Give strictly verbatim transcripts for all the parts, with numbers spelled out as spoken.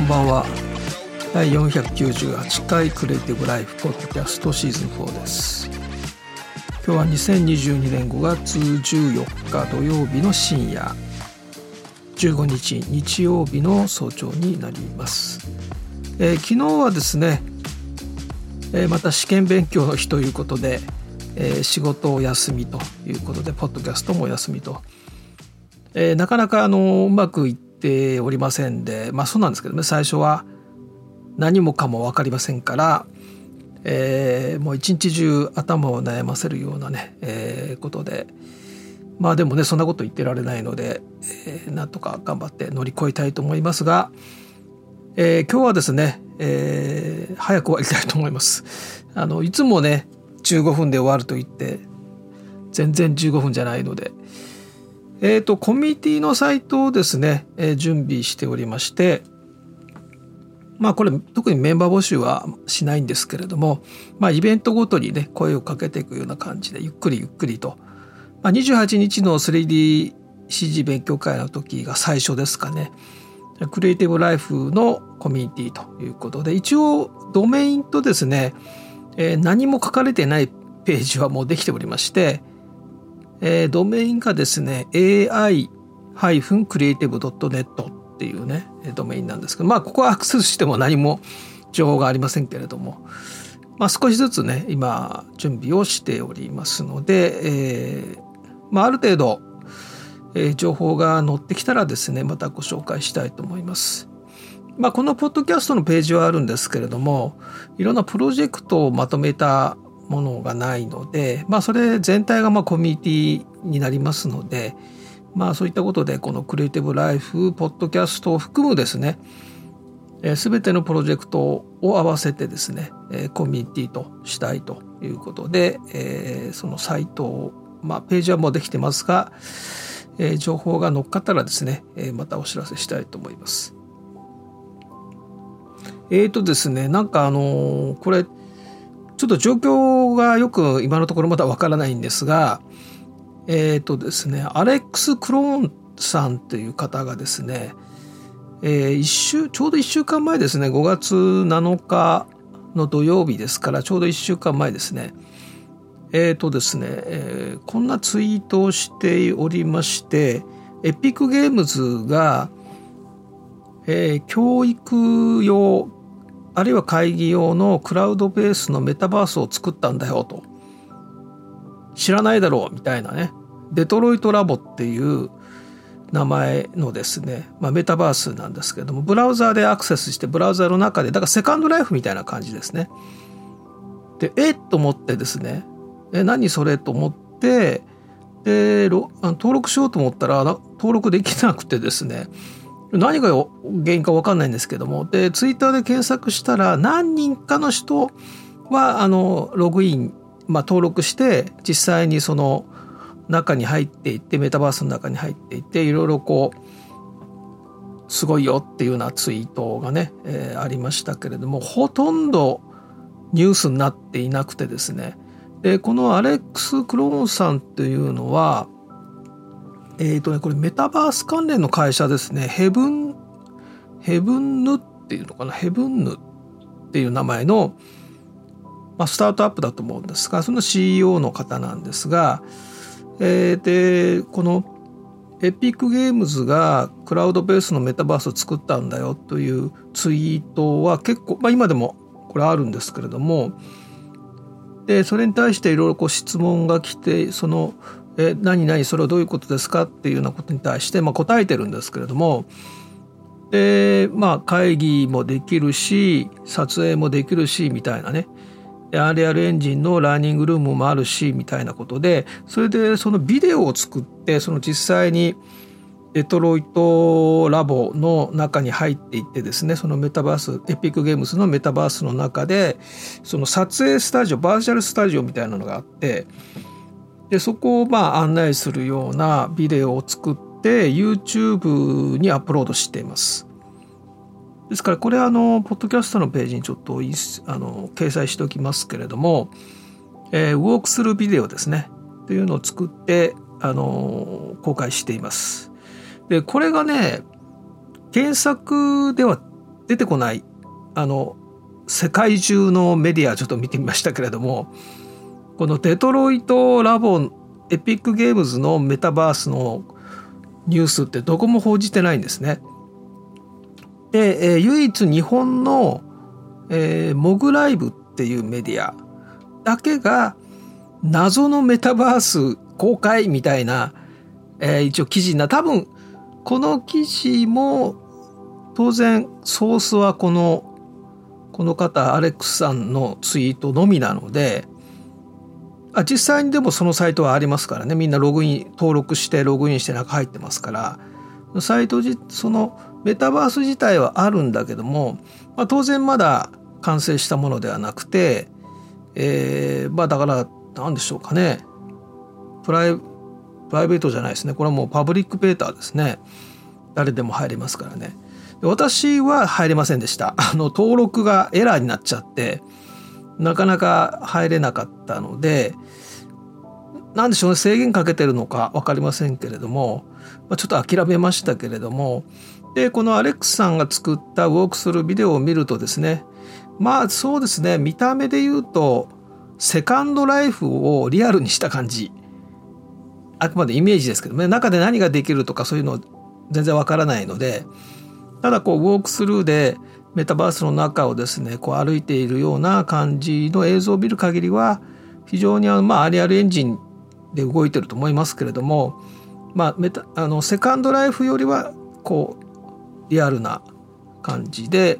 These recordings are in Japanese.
んばんは。だいよんひゃくきゅうじゅうはちかいクリエイティブライフポッドキャストシーズンフォーです。今日はにせんにじゅうにねんごがつじゅうよっか土曜日の深夜、じゅうごにち日曜日の早朝になります。えー、昨日はですね、えー、また試験勉強の日ということで、えー、仕事を休みということでポッドキャストもお休みと、えー、なかなかあのうまくいっておりませんで、まあそうなんですけどね、最初は何もかも分かりませんから、えー、もう一日中頭を悩ませるようなね、えー、ことで、まあでもねそんなこと言ってられないので、えー、なんとか頑張って乗り越えたいと思いますが、えー、今日はですね、えー、早く終わりたいと思います。あのいつもねじゅうごふんで終わると言って全然じゅうごふんじゃないので、えーとコミュニティのサイトをですね、えー、準備しておりまして、まあこれ特にメンバー募集はしないんですけれども、まあイベントごとにね声をかけていくような感じでゆっくりゆっくりと、まあ、にじゅうはちにちの スリーディーシージー 勉強会の時が最初ですかね。クリエイティブライフのコミュニティということで、一応ドメインとですね、えー、何も書かれてないページはもうできておりまして、えー、ドメインがですね エーアイ クリエイティブ ドットネット っていうねドメインなんですけど、まあここはアクセスしても何も情報がありませんけれども、まあ、少しずつね今準備をしておりますので、えーまあ、ある程度、えー、情報が載ってきたらですねまたご紹介したいと思います。まあ、このポッドキャストのページはあるんですけれども、いろんなプロジェクトをまとめたものがないので、まあ、それ全体がまあコミュニティになりますので、まあそういったことでこのクリエイティブライフポッドキャストを含むですね、すべてのプロジェクトを合わせてですねコミュニティとしたいということで、えー、そのサイトを、まあ、ページはもうできてますが、えー、情報が載っかったらですねまたお知らせしたいと思います。えーとですねなんかあのー、これちょっと状況がよく今のところまだわからないんですが、えーとですねアレックス・クローンさんという方がですね、えー、一週ちょうどいっしゅうかんまえですね、ごがつなのかの土曜日ですからちょうどいっしゅうかんまえですね、えーとですね、えー、こんなツイートをしておりまして、エピックゲームズが、えー、教育用あるいは会議用のクラウドベースのメタバースを作ったんだよと、知らないだろうみたいなね、デトロイトラボっていう名前のですね、まあ、メタバースなんですけれども、ブラウザーでアクセスしてブラウザーの中で、だからセカンドライフみたいな感じですね。でえっと思ってですね、え何それと思ってで登録しようと思ったら登録できなくてですね、何が原因か分かんないんですけども、でツイッターで検索したら何人かの人はあのログイン、まあ、登録して実際にその中に入っていってメタバースの中に入っていっていろいろこうすごいよっていうようなツイートがね、えー、ありましたけれども、ほとんどニュースになっていなくてですね、でこのアレックス・クローンさんっていうのはえーとね、これメタバース関連の会社ですね。ヘブンヘブンヌっていうのかな、ヘブンヌっていう名前の、まあ、スタートアップだと思うんですが、その シーイーオー の方なんですが、えー、でこのエピックゲームズがクラウドベースのメタバースを作ったんだよというツイートは結構、まあ、今でもこれあるんですけれども、でそれに対していろいろこう質問が来て、そのえ何々それはどういうことですかっていうようなことに対して、まあ、答えてるんですけれども、で、まあ、会議もできるし撮影もできるしみたいなね、アールアール エンジンのラーニングルームもあるしみたいなことで、それでそのビデオを作ってその実際にデトロイトラボの中に入っていってですね、そのメタバースエピックゲームズのメタバースの中でその撮影スタジオバーチャルスタジオみたいなのがあって、でそこをまあ案内するようなビデオを作って YouTube にアップロードしています。ですからこれはあのポッドキャストのページにちょっとあの掲載しておきますけれども、えー、ウォークスルービデオですねというのを作ってあの公開しています。でこれがね検索では出てこないあの世界中のメディアちょっと見てみましたけれども、このデトロイトラボエピックゲームズのメタバースのニュースってどこも報じてないんですね。で、えー、唯一日本の、えー、モグライブっていうメディアだけが謎のメタバース公開みたいな、えー、一応記事にな、多分この記事も当然ソースはこのこの方アレックスさんのツイートのみなので、あ実際にでもそのサイトはありますからね、みんなログイン登録してログインして中入ってますから、サイトじそのメタバース自体はあるんだけども、まあ、当然まだ完成したものではなくて、えー、まあだから何でしょうかね、プライ、プライベートじゃないですね、これはもうパブリックベーターですね。誰でも入れますからね。私は入れませんでした。あの登録がエラーになっちゃってなかなか入れなかったので、なんでしょうね、制限かけてるのか分かりませんけれども、まあ、ちょっと諦めましたけれども、でこのアレックスさんが作ったウォークスルービデオを見るとですね、まあそうですね、見た目で言うとセカンドライフをリアルにした感じ、あくまでイメージですけどね、中で何ができるとかそういうの全然分からないので、ただこうウォークスルーでメタバースの中をですねこう歩いているような感じの映像を見る限りは非常にあの、まあ、アリアルエンジンで動いてると思いますけれども、まあ、メタあのセカンドライフよりはこうリアルな感じで、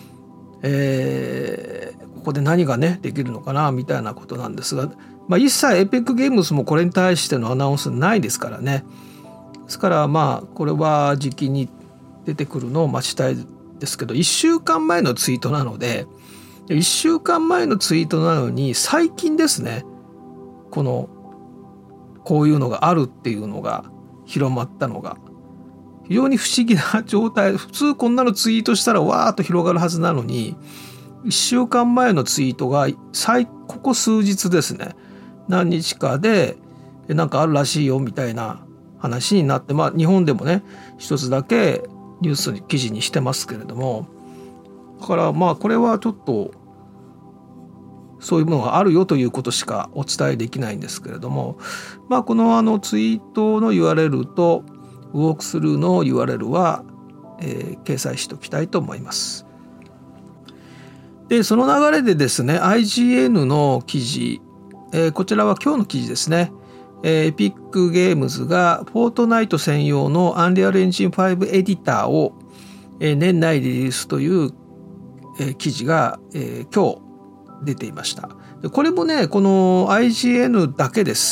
えー、ここで何がねできるのかなみたいなことなんですが、まあ、一切エピックゲームズもこれに対してのアナウンスないですからね。ですからまあこれは時期に出てくるのを待ちたいですけど、いっしゅうかんまえのツイートなので、いっしゅうかんまえのツイートなのに最近ですね、このこういうのがあるっていうのが広まったのが非常に不思議な状態。普通こんなのツイートしたらわーっと広がるはずなのに、いっしゅうかんまえのツイートが最ここ数日ですね、何日かでなんかあるらしいよみたいな話になって、まあ日本でもね一つだけニュースに記事にしてますけれども、だからまあこれはちょっとそういうものがあるよということしかお伝えできないんですけれども、まあこのあのツイートの ユーアールエル とウォークスルーの ユーアールエル は、えー、掲載しておきたいと思います。でその流れでですね アイジーエヌ の記事、えー、こちらは今日の記事ですね。エピックゲームズがフォートナイト専用のアンリアルエンジンファイブエディターを年内リリースという記事が今日出ていました。これもねこの アイジーエヌ だけです。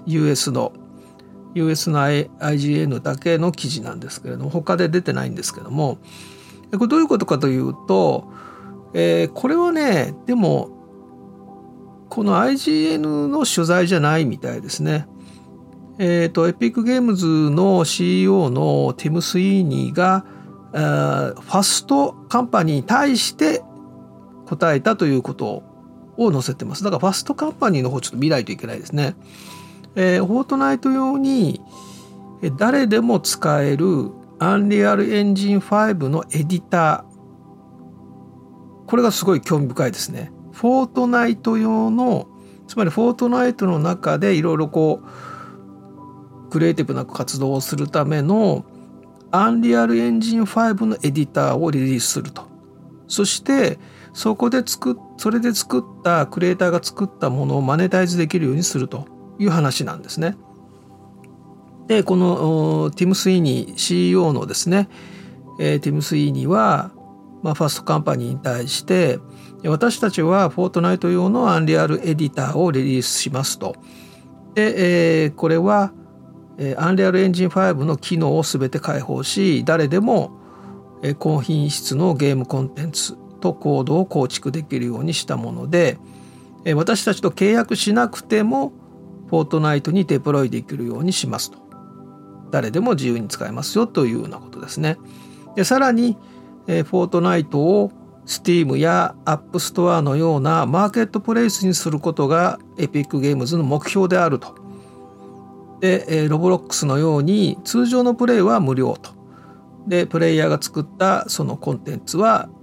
ユーエス の ユーエス の アイジーエヌ だけの記事なんですけれども、他で出てないんですけども、これどういうことかというと、えー、これはねでもこの アイジーエヌ の取材じゃないみたいですね。えーと、エピックゲームズの シーイーオー のティム・スイーニーがファストカンパニーに対して答えたということを載せてます。だからファストカンパニーの方ちょっと見ないといけないですね。えー、フォートナイト用に誰でも使えるアンリアルエンジンファイブのエディター、これがすごい興味深いですね。フォートナイト用の、つまりフォートナイトの中でいろいろこうクリエイティブな活動をするためのアンリアルエンジンファイブのエディターをリリースすると。そしてそこで作っそれで作ったクリエイターが作ったものをマネタイズできるようにするという話なんですね。でこのティム・スイーニー シーイーオー のですね、えー、ティム・スイーニーは、まあ、ファストカンパニーに対して私たちはフォートナイト用のアンリアルエディターをリリースしますと。で、えー、これはアンリアルエンジンファイブの機能をすべて開放し、誰でも高品質のゲームコンテンツとコードを構築できるようにしたもので、私たちと契約しなくてもフォートナイトにデプロイできるようにしますと。誰でも自由に使えますよというようなことですね。でさらにフォートナイトを Steam や App Store のようなマーケットプレイスにすることがエピックゲームズの目標であると。でロブロックスのように通常のプレイは無料と。でプレイヤーが作ったそのコンテンツは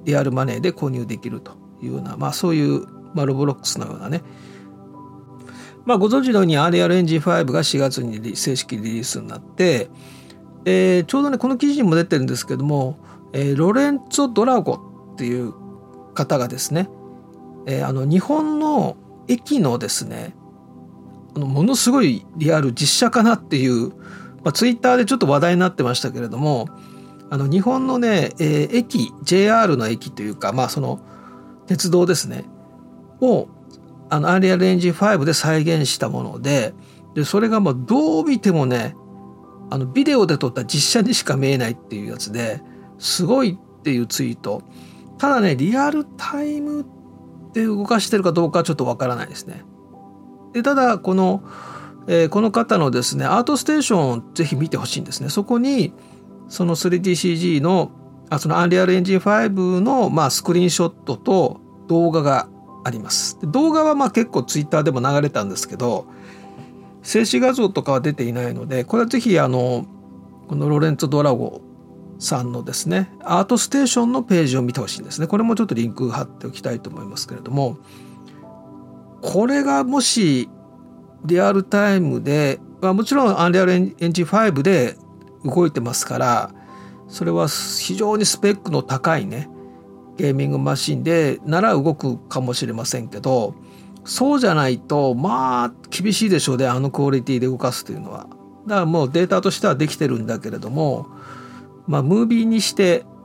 リアルマネーで購入できるというような、まあ、そういう、まあ、ロブロックスのようなね、まあ、ご存知のように アールアール エンジンファイブがしがつに正式リリースになって、えー、ちょうどねこの記事にも出てるんですけども、えー、ロレンツォ・ドラゴっていう方がですね、えー、あの日本の駅のですねあのものすごいリアル実写かなっていう、まあ、ツイッターでちょっと話題になってましたけれども、あの日本のね、えー、駅 ジェイアール の駅というか、まあ、その鉄道ですねをあの アールアール エンジンファイブで再現したもので、でそれがもうどう見てもねあのビデオで撮った実写にしか見えないっていうやつですごいっていうツイート。ただねリアルタイムで動かしてるかどうかはちょっとわからないですね。でただこの、えー、この方のですねアートステーションをぜひ見てほしいんですね。そこにその スリーディーシージー のあその アールアール エンジンファイブの、まあ、スクリーンショットと動画があります。で動画はまあ結構ツイッターでも流れたんですけど静止画像とかは出ていないので、これはぜひあのこのロレンツォ・ドラゴさんのですねアートステーションのページを見てほしいんですね。これもちょっとリンク貼っておきたいと思いますけれども、これがもしリアルタイムで、まあ、もちろん アールアール エンジンファイブで動いてますから、それは非常にスペックの高いねゲーミングマシンでなら動くかもしれませんけど、そうじゃないとまあ厳しいでしょうね、あのクオリティで動かすというのは。だからもうデータとしてはできてるんだけれども、まあムービーにして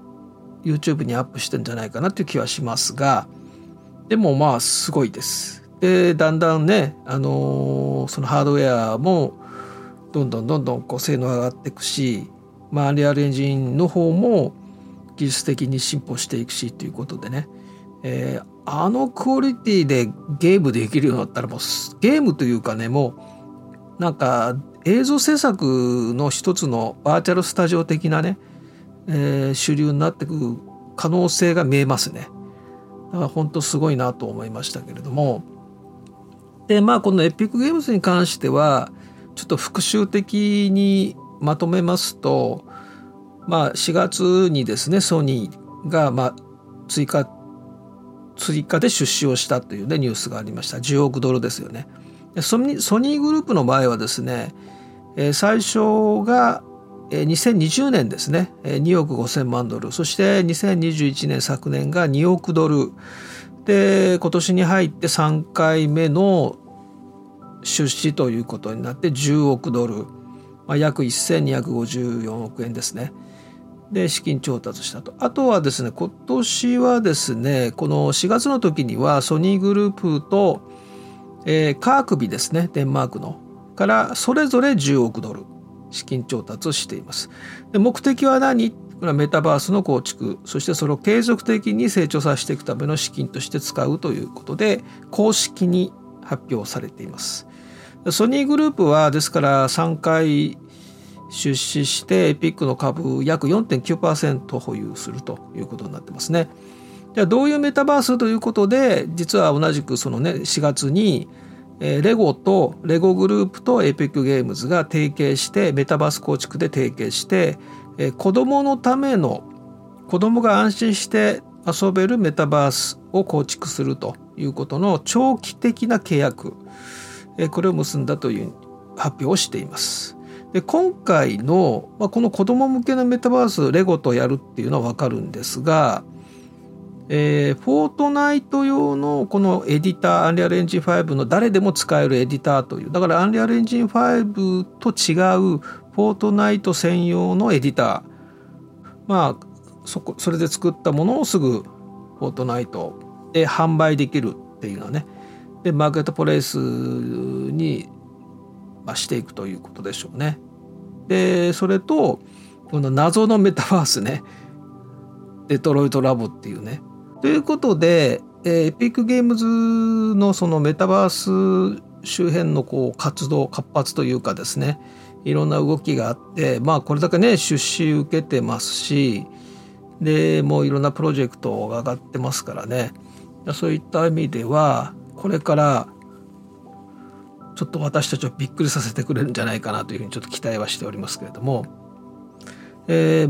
YouTube にアップしてるんじゃないかなという気はしますが、でもまあすごいです。でだんだんね、あのー、そのハードウェアもどんどんどんどんこう性能が上がっていくし、まあ、アールアール エンジンの方も技術的に進歩していくしということでね、えー、あのクオリティでゲームできるようになったらもうゲームというかね、もうなんか映像制作の一つのバーチャルスタジオ的なね、えー、主流になっていく可能性が見えますね。だから本当すごいなと思いましたけれども、でまあこのエピックゲームズに関してはちょっと復習的にまとめますと、まあ、しがつにですねソニーがまあ追加追加で出資をしたという、ね、ニュースがありました。じゅうおくドルですよね。ソニー、ソニーグループの場合はですね、えー、最初がにせんにじゅうねんですねにおくごせんまんドル、そしてにせんにじゅういちねん昨年がにおくドルで、今年に入ってさんかいめの出資ということになってじゅうおくドル、まあ、約せんにひゃくごじゅうよんおくえんですねで資金調達したと。あとはですね今年はですねこのしがつの時にはソニーグループと、えー、カークビですねデンマークのからそれぞれじゅうおくドル資金調達をしています。で目的は何？メタバースの構築、そしてそれを継続的に成長させていくための資金として使うということで公式に発表されています。ソニーグループはですからさんかい出資してエピックの株約 よんてんきゅうパーセント 保有するということになってますね。じゃあどういうメタバースということで、実は同じくそのねしがつにレゴとレゴグループとエピックゲームズが提携してメタバース構築で提携して子どものための子どもが安心して遊べるメタバースを構築するということの長期的な契約、これを結んだという発表をしています。で今回の、まあ、この子ども向けのメタバースレゴとやるっていうのは分かるんですが、えー、フォートナイト用のこのエディター アンリアル エンジンファイブの誰でも使えるエディターという、だから アンリアル エンジンファイブと違うフォートナイト専用のエディター、まあそこそれで作ったものをすぐフォートナイトで販売できるっていうのはね、でマーケットプレイスにしていくということでしょうね。でそれとこの謎のメタバースね、デトロイトラボっていうね、ということでエピックゲームズのそのメタバース周辺のこう活動活発というかですね、いろんな動きがあって、まあこれだけね出資受けてますし、でもういろんなプロジェクトが上がってますからね、そういった意味ではこれからちょっと私たちをびっくりさせてくれるんじゃないかなというふうにちょっと期待はしておりますけれども、えー、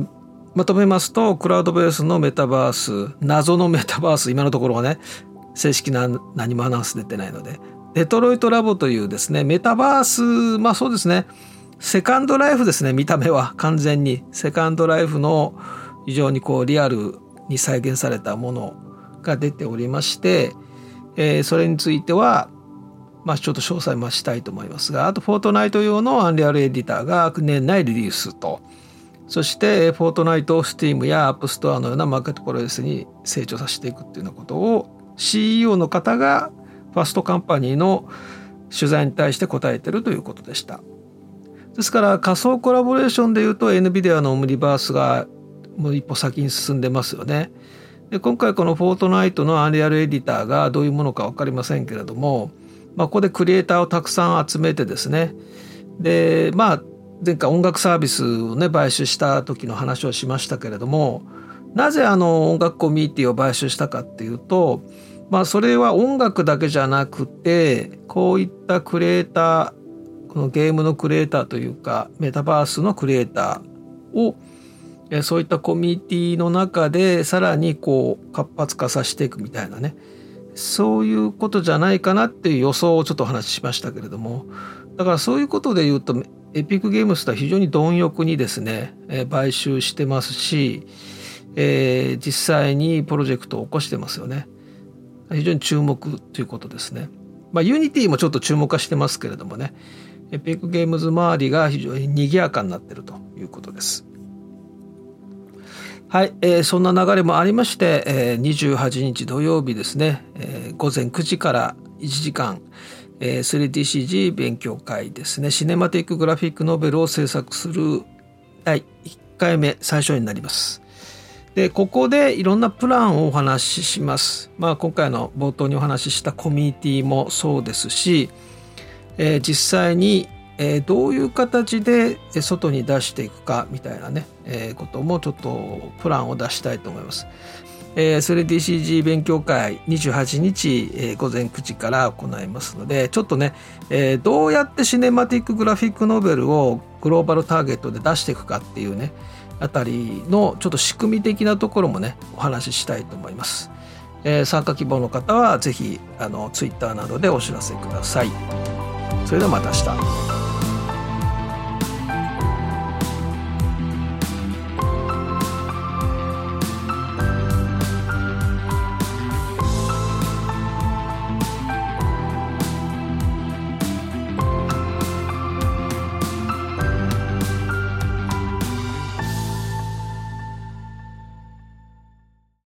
まとめますと、クラウドベースのメタバース、謎のメタバース、今のところはね正式な何もアナウンス出てないので、デトロイトラボというですねメタバース、まあそうですねセカンドライフですね。見た目は完全にセカンドライフの非常にこうリアルに再現されたものが出ておりまして、えー、それについてはまあちょっと詳細増したいと思いますが、あとフォートナイト用のアンリアルエディターが年内リリースと、そしてフォートナイトを Steam や App Store のようなマーケットプレイスに成長させていくっていうようなことを シーイーオー の方がファストカンパニーの取材に対して答えているということでした。ですから仮想コラボレーションでいうと エヌビディア のオムニバースがもう一歩先に進んでますよね。で今回このフォートナイトのアンリアルエディターがどういうものか分かりませんけれども、まあ、ここでクリエイターをたくさん集めてですね、でまあ前回音楽サービスをね買収した時の話をしましたけれども、なぜあの音楽コミュニティを買収したかっていうと、まあそれは音楽だけじゃなくて、こういったクリエイター、このゲームのクリエイターというかメタバースのクリエイターをそういったコミュニティの中でさらにこう活発化させていくみたいなね、そういうことじゃないかなっていう予想をちょっとお話ししましたけれども、だからそういうことで言うとエピックゲームスとは非常に貪欲にですね、えー、買収してますし、えー、実際にプロジェクトを起こしてますよね。非常に注目ということですね。まあユニティもちょっと注目はしてますけれどもね、エピックゲームズ周りが非常に賑やかになっているということです。はい、えー、そんな流れもありまして、えー、にじゅうはちにち土曜日ですね、えー、ごぜんくじからいちじかん、えー、スリーディーシージー 勉強会ですね、シネマティックグラフィックノベルを制作するだいいっかいめ、最初になります。でここでいろんなプランをお話しします。まあ、今回の冒頭にお話ししたコミュニティもそうですし、えー、実際に、えー、どういう形で外に出していくかみたいなね、えー、こともちょっとプランを出したいと思います。えー、スリーディーシージー 勉強会にじゅうはちにち、えー、ごぜんくじから行いますので、ちょっとね、えー、どうやってシネマティックグラフィックノベルをグローバルターゲットで出していくかっていうねあたりのちょっと仕組み的なところもねお話ししたいと思います。えー、参加希望の方はぜひあのツイッターなどでお知らせください。それではまた明日。